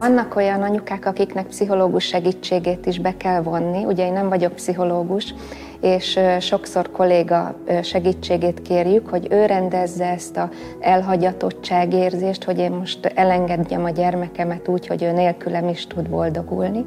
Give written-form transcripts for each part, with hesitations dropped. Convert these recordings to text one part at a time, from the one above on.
Vannak olyan anyukák, akiknek pszichológus segítségét is be kell vonni. Ugye én nem vagyok pszichológus, és sokszor kolléga segítségét kérjük, hogy ő rendezze ezt az elhagyatottságérzést, hogy én most elengedjem a gyermekemet úgy, hogy ő nélkülem is tud boldogulni.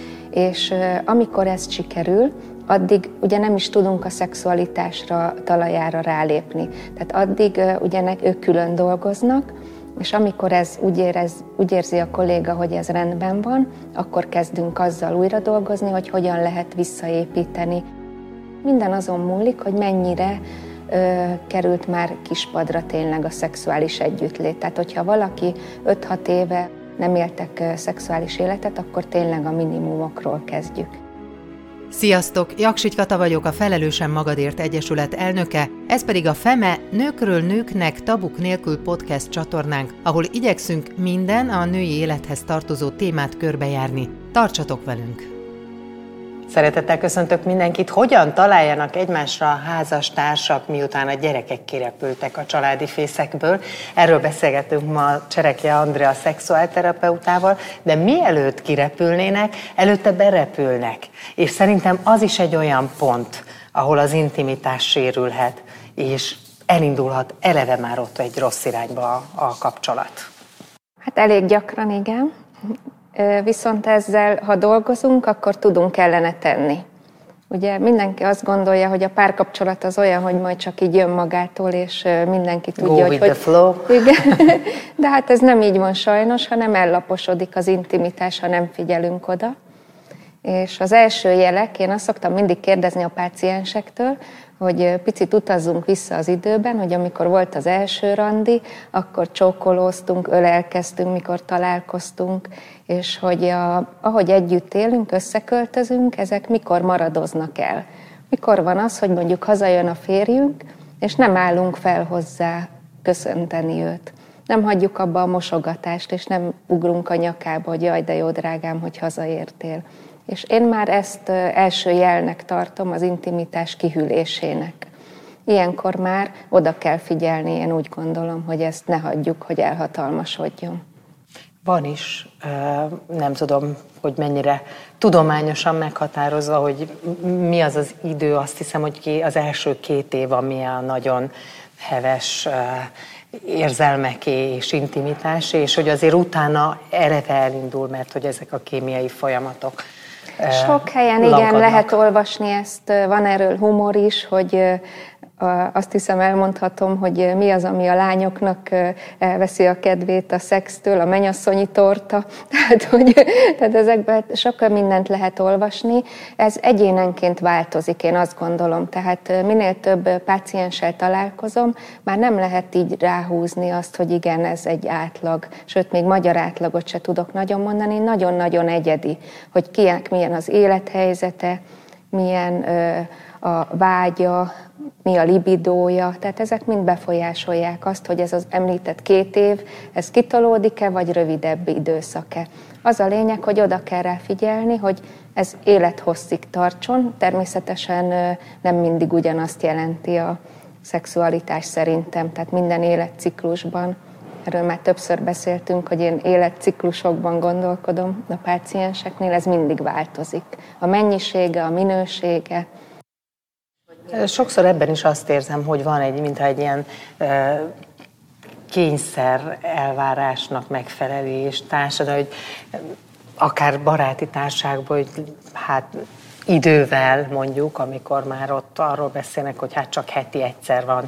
És amikor ez sikerül, addig ugye nem is tudunk a szexualitásra, talajára rálépni. Tehát addig ugye ők külön dolgoznak, és amikor ez úgy érzi a kolléga, hogy ez rendben van, akkor kezdünk azzal újra dolgozni, hogy hogyan lehet visszaépíteni. Minden azon múlik, hogy mennyire került már kispadra tényleg a szexuális együttlét. Tehát, hogyha valaki 5-6 éve nem éltek szexuális életet, akkor tényleg a minimumokról kezdjük. Sziasztok! Jaksich Kata vagyok, a Felelősen Magadért Egyesület elnöke, ez pedig a FEME Nőkről nőknek tabuk nélkül podcast csatornánk, ahol igyekszünk minden a női élethez tartozó témát körbejárni. Tartsatok velünk! Szeretettel köszöntök mindenkit. Hogyan találjanak egymásra a házastársak, miután a gyerekek kirepültek a családi fészekből? Erről beszélgetünk ma Cserekje Andrea szexuálterapeutával, de mielőtt kirepülnének, előtte berepülnek. És szerintem az is egy olyan pont, ahol az intimitás sérülhet, és elindulhat eleve már ott egy rossz irányba a kapcsolat. Hát elég gyakran, igen. Viszont ezzel, ha dolgozunk, akkor tudunk ellene tenni. Ugye mindenki azt gondolja, hogy a párkapcsolat az olyan, hogy majd csak így jön magától, és mindenki tudja, hogy... the flow. Igen. De hát ez nem így van sajnos, hanem ellaposodik az intimitás, ha nem figyelünk oda. És az első jelek, én azt szoktam mindig kérdezni a páciensektől, hogy picit utazzunk vissza az időben, hogy amikor volt az első randi, akkor csókolóztunk, ölelkeztünk, mikor találkoztunk, és hogy ahogy együtt élünk, összeköltözünk, ezek mikor maradoznak el. Mikor van az, hogy mondjuk hazajön a férjünk, és nem állunk fel hozzá köszönteni őt. Nem hagyjuk abba a mosogatást, és nem ugrunk a nyakába, hogy jaj, de jó drágám, hogy hazaértél. És én már ezt első jelnek tartom az intimitás kihűlésének. Ilyenkor már oda kell figyelni, én úgy gondolom, hogy ezt ne hagyjuk, hogy elhatalmasodjon. Van is, nem tudom, hogy mennyire tudományosan meghatározva, hogy mi az az idő, azt hiszem, hogy az első 2 év, ami a nagyon heves érzelmeké és intimitásé, és hogy azért utána eleve elindul, mert hogy ezek a kémiai folyamatok sok helyen lankadnak. Igen, lehet olvasni ezt, van erről humor is, hogy azt hiszem elmondhatom, hogy mi az, ami a lányoknak elveszi a kedvét a szextől, a mennyasszonyi torta, tehát ezekben sok mindent lehet olvasni. Ez egyénenként változik, én azt gondolom, tehát minél több pácienssel találkozom, már nem lehet így ráhúzni azt, hogy igen, ez egy átlag, sőt, még magyar átlagot se tudok nagyon mondani, nagyon-nagyon egyedi, hogy kinek milyen az élethelyzete, milyen a vágya, mi a libidója, tehát ezek mind befolyásolják azt, hogy ez az említett 2 év, ez kitolódik-e, vagy rövidebb időszak-e. Az a lényeg, hogy oda kell rá figyelni, hogy ez élethosszig tartson, természetesen nem mindig ugyanazt jelenti a szexualitás szerintem, tehát minden életciklusban. Erről már többször beszéltünk, hogy én életciklusokban gondolkodom a pácienseknél, ez mindig változik. A mennyisége, a minősége. Sokszor ebben is azt érzem, hogy van mintha egy ilyen kényszer elvárásnak megfelelés társadalom, hogy akár baráti társágban, hogy hát idővel mondjuk, amikor már ott arról beszélnek, hogy hát csak heti egyszer van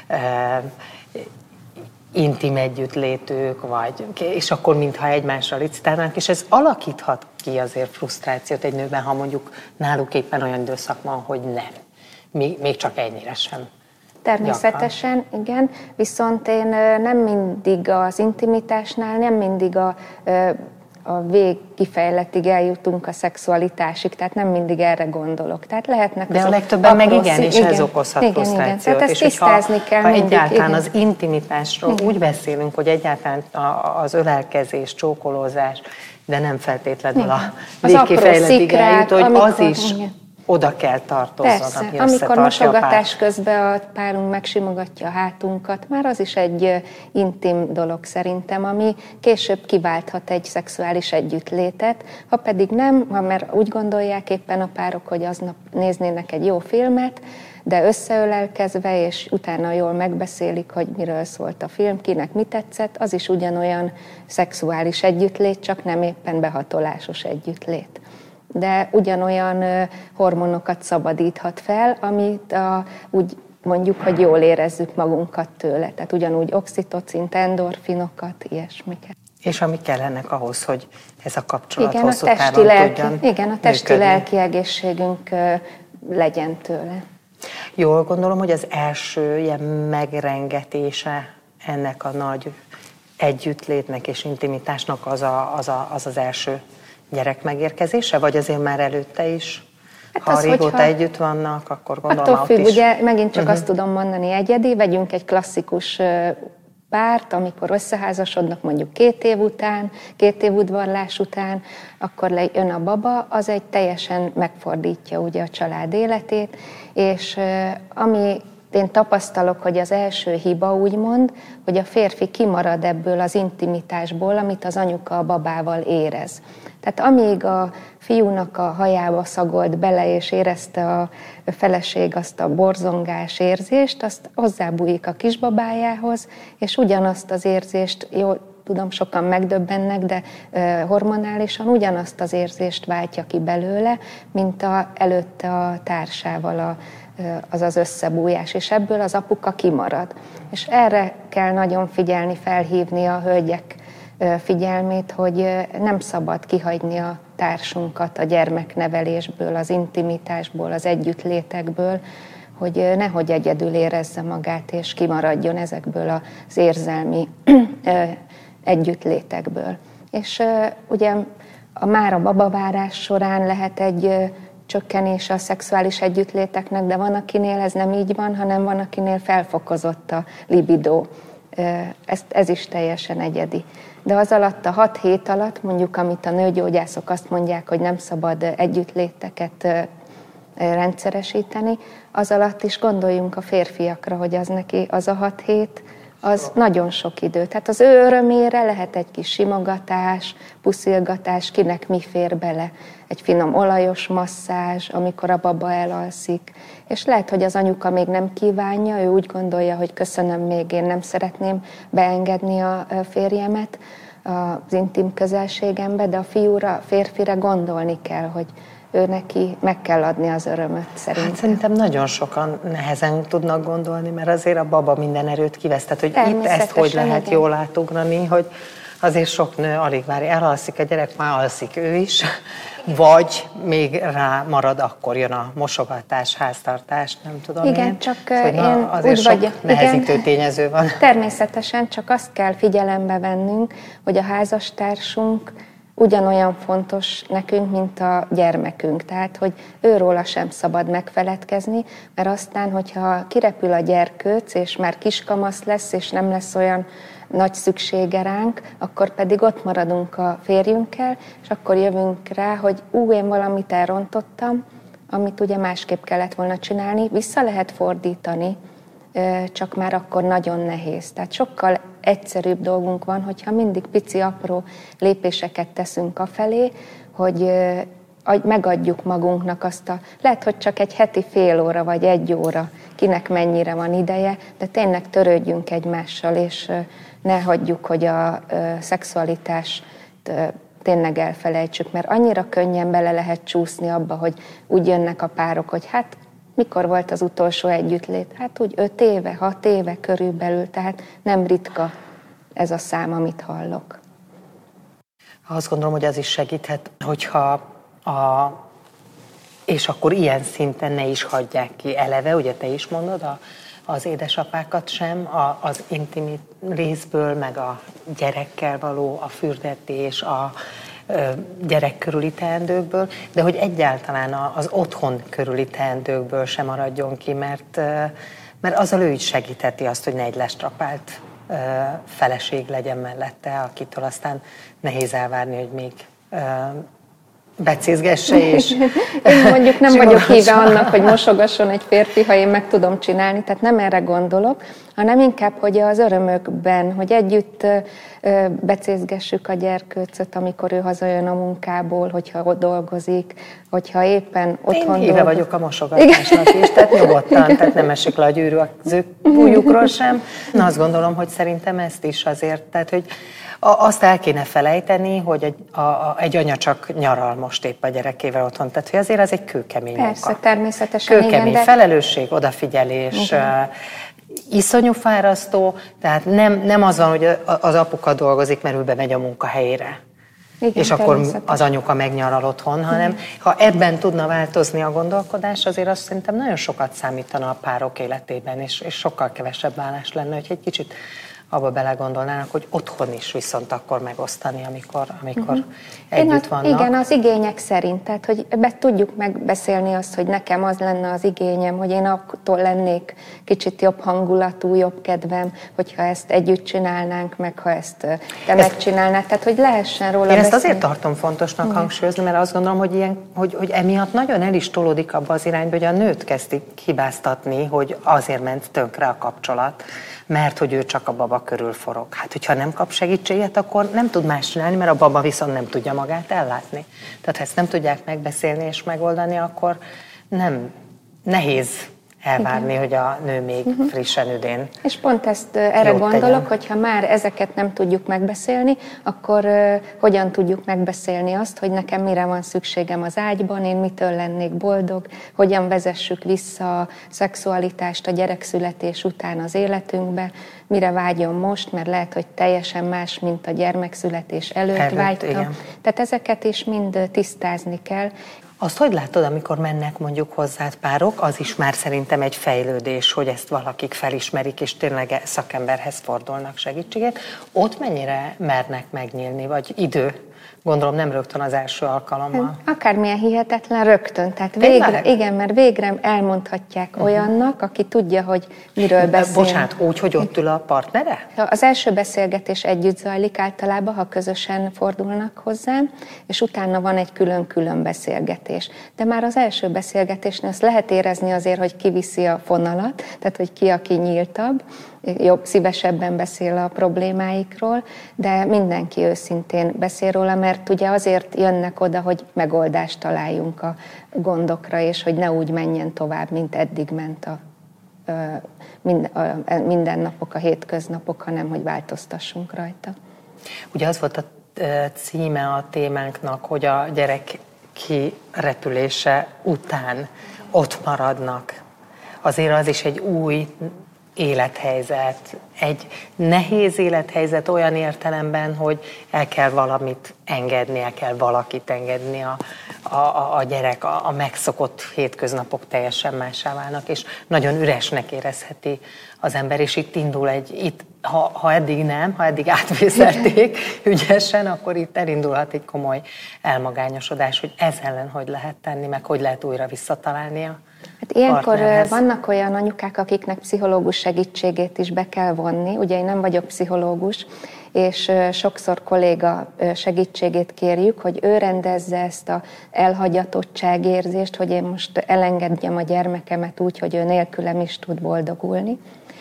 intim együttlétük, és akkor mintha egymással licitálnak, és ez alakíthat ki azért frusztrációt egy nőben, ha mondjuk náluk éppen olyan időszak van, hogy nem. Még csak ennyire sem. Természetesen, gyakran. Igen, viszont én nem mindig az intimitásnál, nem mindig a végkifejletig eljutunk a szexualitásig, tehát nem mindig erre gondolok. Tehát lehetnek de a legtöbben meg igen, és ez okozhat frusztrációt. Tehát ezt tisztázni kell mindig. Egyáltalán igen. Az intimitásról úgy beszélünk, hogy egyáltalán az ölelkezés, csókolózás, de nem feltétlenül a végkifejletig eljut, hogy az is oda kell tartozzon, persze, ami amikor mosogatás a közben a párunk megsimogatja a hátunkat, már az is egy intim dolog szerintem, ami később kiválthat egy szexuális együttlétet, ha pedig nem, mert úgy gondolják éppen a párok, hogy aznap néznének egy jó filmet, de összeölelkezve, és utána jól megbeszélik, hogy miről szólt a film, kinek mi tetszett, az is ugyanolyan szexuális együttlét, csak nem éppen behatolásos együttlét. De ugyanolyan hormonokat szabadíthat fel, amit úgy mondjuk, hogy jól érezzük magunkat tőle. Tehát ugyanúgy oxitocin, endorfinokat, ilyesmiket. És ami kellenek ahhoz, hogy ez a kapcsolat igen, hosszú távon tudjon igen, a testi-lelki egészségünk legyen tőle. Jól gondolom, hogy az első ilyen megrengetése ennek a nagy együttlétnek és intimitásnak az első gyerek megérkezése, vagy azért már előtte is? Hát ha régóta együtt vannak, akkor gondolom attól függ, ugye megint csak azt tudom mondani egyedi, vegyünk egy klasszikus párt, amikor összeházasodnak mondjuk 2 év után, 2 év udvarlás után, akkor jön a baba, az egy teljesen megfordítja ugye a család életét, és ami én tapasztalok, hogy az első hiba úgymond, hogy a férfi kimarad ebből az intimitásból, amit az anyuka a babával érez. Tehát amíg a fiúnak a hajába szagolt bele, és érezte a feleség azt a borzongás érzést, azt hozzábújik a kisbabájához, és ugyanazt az érzést, jól tudom, sokan megdöbbennek, de hormonálisan ugyanazt az érzést váltja ki belőle, mint előtte a társával az összebújás, és ebből az apuka kimarad. És erre kell nagyon figyelni, felhívni a hölgyek figyelmét, hogy nem szabad kihagyni a társunkat a gyermeknevelésből, az intimitásból, az együttlétekből, hogy nehogy egyedül érezze magát, és kimaradjon ezekből az érzelmi együttlétekből. És ugye már a babavárás során lehet egy csökkenés a szexuális együttléteknek, de van, akinél ez nem így van, hanem van, akinél felfokozott a libidó. Ez is teljesen egyedi. De az alatt a 6 hét alatt, mondjuk amit a nőgyógyászok azt mondják, hogy nem szabad együttléteket rendszeresíteni, az alatt is gondoljunk a férfiakra, hogy az neki az a 6 hét, az nagyon sok idő. Tehát az ő örömére lehet egy kis simogatás, puszilgatás, kinek mi fér bele. Egy finom olajos masszázs, amikor a baba elalszik. És lehet, hogy az anyuka még nem kívánja, ő úgy gondolja, hogy köszönöm, még én nem szeretném beengedni a férjemet az intim közelségembe, de a férfire gondolni kell, hogy ő neki meg kell adni az örömöt, szerintem. Hát szerintem nagyon sokan nehezen tudnak gondolni, mert azért a baba minden erőt kivesz. Tehát, hogy itt ezt hogy lehet jól átugrani, hogy azért sok nő alig várja, elalszik a gyerek, már alszik ő is, vagy még rá marad, akkor jön a mosogatás, háztartás, nem tudom igen, én. csak én azért sok nehezítő tényező van. Természetesen, csak azt kell figyelembe vennünk, hogy a házastársunk ugyanolyan fontos nekünk, mint a gyermekünk. Tehát, hogy őróla sem szabad megfeledkezni, mert aztán, hogyha kirepül a gyerkőc, és már kiskamasz lesz, és nem lesz olyan nagy szüksége ránk, akkor pedig ott maradunk a férjünkkel, és akkor jövünk rá, hogy én valamit elrontottam, amit ugye másképp kellett volna csinálni, vissza lehet fordítani, csak már akkor nagyon nehéz. Tehát sokkal egyszerűbb dolgunk van, hogyha mindig pici, apró lépéseket teszünk afelé, hogy megadjuk magunknak azt lehet, hogy csak egy heti fél óra, vagy 1 óra, kinek mennyire van ideje, de tényleg törődjünk egymással, és ne hagyjuk, hogy a szexualitást tényleg elfelejtsük, mert annyira könnyen bele lehet csúszni abba, hogy úgy jönnek a párok, hogy hát mikor volt az utolsó együttlét? Hát úgy 5 éve, 6 éve körülbelül, tehát nem ritka ez a szám, amit hallok. Azt gondolom, hogy az is segíthet, hogyha és akkor ilyen szinten ne is hagyják ki eleve, ugye te is mondod, az édesapákat sem, az intim részből, meg a gyerekkel való a fürdetés, a gyerek körüli teendőkből, de hogy egyáltalán az otthon körüli teendőkből sem maradjon ki, mert azzal ő is segítheti azt, hogy ne egy lestrapált feleség legyen mellette, akitől aztán nehéz elvárni, hogy becézgesse és Én mondjuk nem vagyok híve annak, hogy mosogasson egy férfi, ha én meg tudom csinálni, tehát nem erre gondolok, hanem inkább, hogy az örömökben, hogy együtt becézgessük a gyerkőcöt, amikor ő hazajön a munkából, hogyha ott dolgozik, hogyha éppen otthon Én híve vagyok a mosogatásnak is, tehát nyugodtan, tehát nem esik le a gyűrű az ő ujjukról sem. Na, azt gondolom, hogy szerintem ezt is azért, tehát hogy azt el kéne felejteni, hogy egy anya csak nyaral most épp a gyerekével otthon. Tehát, hogy azért az egy kőkemény munka. Persze, természetesen. Kőkemény igen, felelősség, odafigyelés, iszonyú fárasztó, tehát nem az van, hogy az apuka dolgozik, mert ő bemegy a munkahelyére. Igen, és akkor az anyuka megnyaral otthon, hanem ha ebben tudna változni a gondolkodás, azért azt szerintem nagyon sokat számítana a párok életében, és sokkal kevesebb válás lenne, hogy egy kicsit abba belegondolnának, hogy otthon is viszont akkor megosztani, amikor együtt vannak. Igen, az igények szerint. Tehát, hogy tudjuk megbeszélni azt, hogy nekem az lenne az igényem, hogy én attól lennék kicsit jobb hangulatú, jobb kedvem, hogyha ezt együtt csinálnánk, meg ha ezt te megcsinálnád. Tehát, hogy lehessen róla beszélni. Én ezt azért tartom fontosnak hangsúlyozni, mert azt gondolom, hogy emiatt nagyon el is tolódik abba az irányba, hogy a nőt kezdik hibáztatni, hogy azért ment tönkre a kapcsolat, mert hogy ő csak a baba körül forog. Hát, hogyha nem kap segítséget, akkor nem tud más csinálni, mert a baba viszont nem tudja magát ellátni. Tehát, ha ezt nem tudják megbeszélni és megoldani, akkor nehéz elvárni, hogy a nő még frissen üdén. És pont ezt erre gondolok, hogyha már ezeket nem tudjuk megbeszélni, akkor hogyan tudjuk megbeszélni azt, hogy nekem mire van szükségem az ágyban, én mitől lennék boldog, hogyan vezessük vissza a szexualitást a gyerekszületés után az életünkbe, mire vágyom most, mert lehet, hogy teljesen más, mint a gyermekszületés előtt vágytam. Igen. Tehát ezeket is mind tisztázni kell. Azt hogy látod, amikor mennek mondjuk hozzád párok, az is már szerintem egy fejlődés, hogy ezt valakik felismerik, és tényleg szakemberhez fordulnak segítséget. Ott mennyire mernek megnyílni, vagy idő? Gondolom nem rögtön az első alkalommal. Akármilyen hihetetlen, rögtön. Tehát végre, igen, mert végre elmondhatják olyannak, aki tudja, hogy miről beszél. Bocsánat, úgy, hogy ott ül a partnere? Az első beszélgetés együtt zajlik általában, ha közösen fordulnak hozzám, és utána van egy külön-külön beszélgetés. De már az első beszélgetésnél azt lehet érezni azért, hogy ki viszi a fonalat, tehát hogy ki, aki nyíltabb, jobb, szívesebben beszél a problémáikról, de mindenki őszintén beszél róla, mert ugye azért jönnek oda, hogy megoldást találjunk a gondokra, és hogy ne úgy menjen tovább, mint eddig ment a mindennapok, a hétköznapok, hanem hogy változtassunk rajta. Ugye az volt a címe a témánknak, hogy a gyerek kirepülése után ott maradnak. Azért az is egy új élethelyzet, egy nehéz élethelyzet olyan értelemben, hogy el kell valamit engedni, el kell valakit engedni, a gyerek, a megszokott hétköznapok teljesen mássá válnak, és nagyon üresnek érezheti az ember, és itt indul ha eddig nem, ha eddig átvészelték ügyesen, akkor itt elindulhat egy komoly elmagányosodás, hogy ez ellen hogy lehet tenni, meg hogy lehet újra visszatalálnia. Hát ilyenkor vannak olyan anyukák, akiknek pszichológus segítségét is be kell vonni. Ugye én nem vagyok pszichológus, és sokszor kolléga segítségét kérjük, hogy ő rendezze ezt az elhagyatottságérzést, hogy én most elengedjem a gyermekemet úgy, hogy ő nélkülem is tud boldogulni.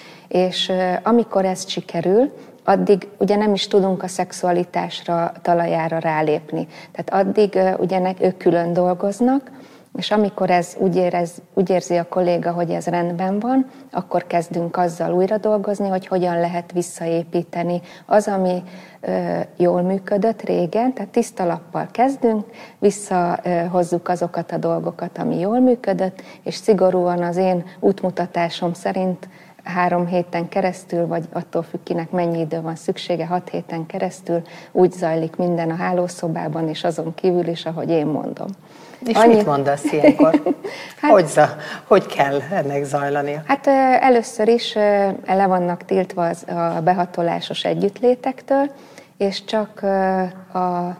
És amikor ez sikerül, addig ugye nem is tudunk a szexualitásra, talajára rálépni. Tehát addig ugye ők külön dolgoznak, és amikor ez úgy érzi a kolléga, hogy ez rendben van, akkor kezdünk azzal újra dolgozni, hogy hogyan lehet visszaépíteni az, ami jól működött régen, tehát tiszta lappal kezdünk, visszahozzuk azokat a dolgokat, ami jól működött, és szigorúan az én útmutatásom szerint 3 héten keresztül, vagy attól függ, kinek mennyi idő van szüksége, 6 héten keresztül úgy zajlik minden a hálószobában, és azon kívül is, ahogy én mondom. És mit mondasz ilyenkor? Hogy kell ennek zajlania? Hát először is le vannak tiltva a behatolásos együttlétektől, és csak a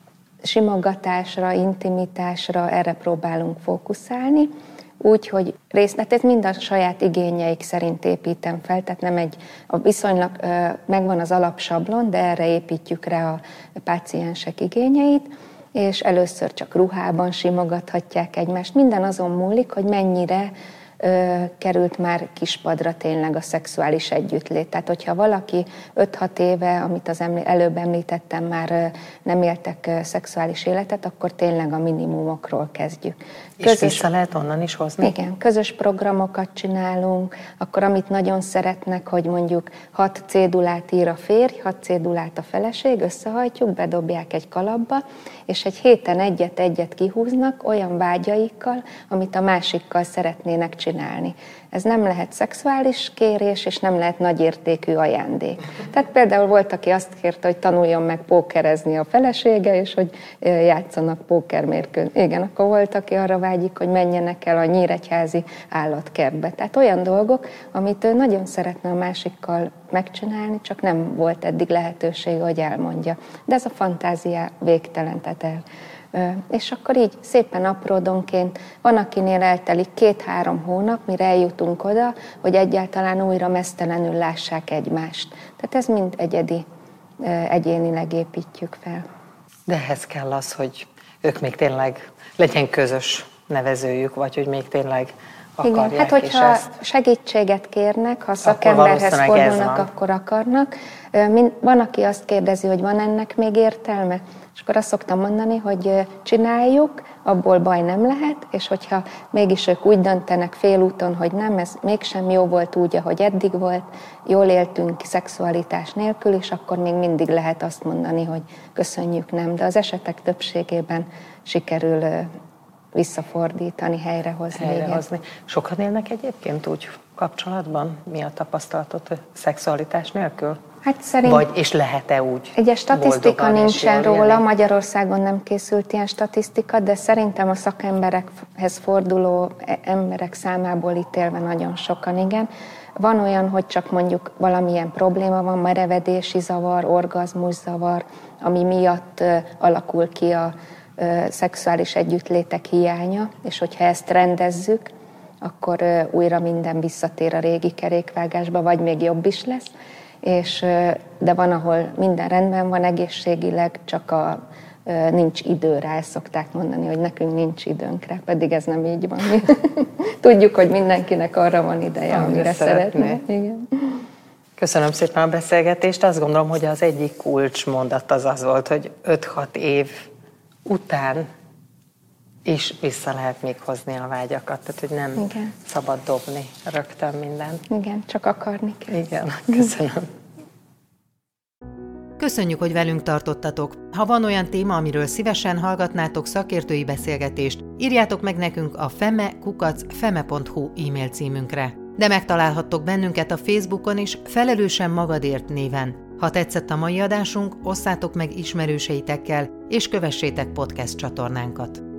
simogatásra, intimitásra erre próbálunk fókuszálni. Úgy, hogy ez mind a saját igényeik szerint építem fel, tehát nem viszonylag megvan az alapsablon, de erre építjük rá a páciensek igényeit, és először csak ruhában simogathatják egymást. Minden azon múlik, hogy mennyire került már kispadra tényleg a szexuális együttlét. Tehát, hogyha valaki 5-6 éve, amit az előbb említettem, már nem éltek szexuális életet, akkor tényleg a minimumokról kezdjük. És vissza lehet onnan is hozni? Igen, közös programokat csinálunk, akkor amit nagyon szeretnek, hogy mondjuk 6 cédulát ír a férj, 6 cédulát a feleség, összehajtjuk, bedobják egy kalapba, és egy héten egyet kihúznak olyan vágyaikkal, amit a másikkal szeretnének csinálni. Ez nem lehet szexuális kérés, és nem lehet nagyértékű ajándék. Tehát például volt, aki azt kérte, hogy tanuljon meg pókerezni a felesége, és hogy játszanak pókermérkőzést. Igen, akkor volt, aki arra vágyik, hogy menjenek el a nyíregyházi állatkertbe. Tehát olyan dolgok, amit ő nagyon szeretne a másikkal megcsinálni, csak nem volt eddig lehetőség, hogy elmondja. De ez a fantázia végtelen, tehát és akkor így szépen apródonként van, akinél eltelik 2-3 hónap, mire eljutunk oda, hogy egyáltalán újra meztelenül lássák egymást. Tehát ez mind egyénileg építjük fel. De ehhez kell az, hogy ők még tényleg legyen közös nevezőjük, vagy hogy még tényleg akarják. Igen, hát hogyha segítséget kérnek, ha szakemberhez fordulnak, akkor akarnak. Van, aki azt kérdezi, hogy van ennek még értelme? És akkor azt szoktam mondani, hogy csináljuk, abból baj nem lehet, és hogyha mégis ők úgy döntenek félúton, hogy nem, ez mégsem jó volt úgy, ahogy eddig volt, jól éltünk szexualitás nélkül, és akkor még mindig lehet azt mondani, hogy köszönjük, nem. De az esetek többségében sikerül visszafordítani, helyrehozni. Sokan élnek egyébként úgy kapcsolatban? Mi a tapasztalatot szexualitás nélkül? Hát szerint és lehet-e úgy? Egy statisztika nincsen róla, Magyarországon nem készült ilyen statisztika, de szerintem a szakemberekhez forduló emberek számából ítélve nagyon sokan, igen. Van olyan, hogy csak mondjuk valamilyen probléma van, merevedési zavar, orgazmuszavar, ami miatt alakul ki a szexuális együttlétek hiánya, és hogyha ezt rendezzük, akkor újra minden visszatér a régi kerékvágásba, vagy még jobb is lesz. De van, ahol minden rendben van egészségileg, csak nincs idő rá, ezt szokták mondani, hogy nekünk nincs időnk rá, pedig ez nem így van. Tudjuk, hogy mindenkinek arra van ideje, amire szeretne. Igen. Köszönöm szépen a beszélgetést. Azt gondolom, hogy az egyik kulcsmondat az volt, hogy 5-6 év után is vissza lehet még hozni a vágyakat, tehát hogy nem szabad dobni rögtön mindent. Igen, csak akarni kell. Igen, köszönöm. Köszönjük, hogy velünk tartottatok. Ha van olyan téma, amiről szívesen hallgatnátok szakértői beszélgetést, írjátok meg nekünk a feme@feme.hu e-mail címünkre. De megtalálhattok bennünket a Facebookon is, Felelősen Magadért néven. Ha tetszett a mai adásunk, osszátok meg ismerőseitekkel, és kövessétek podcast csatornánkat.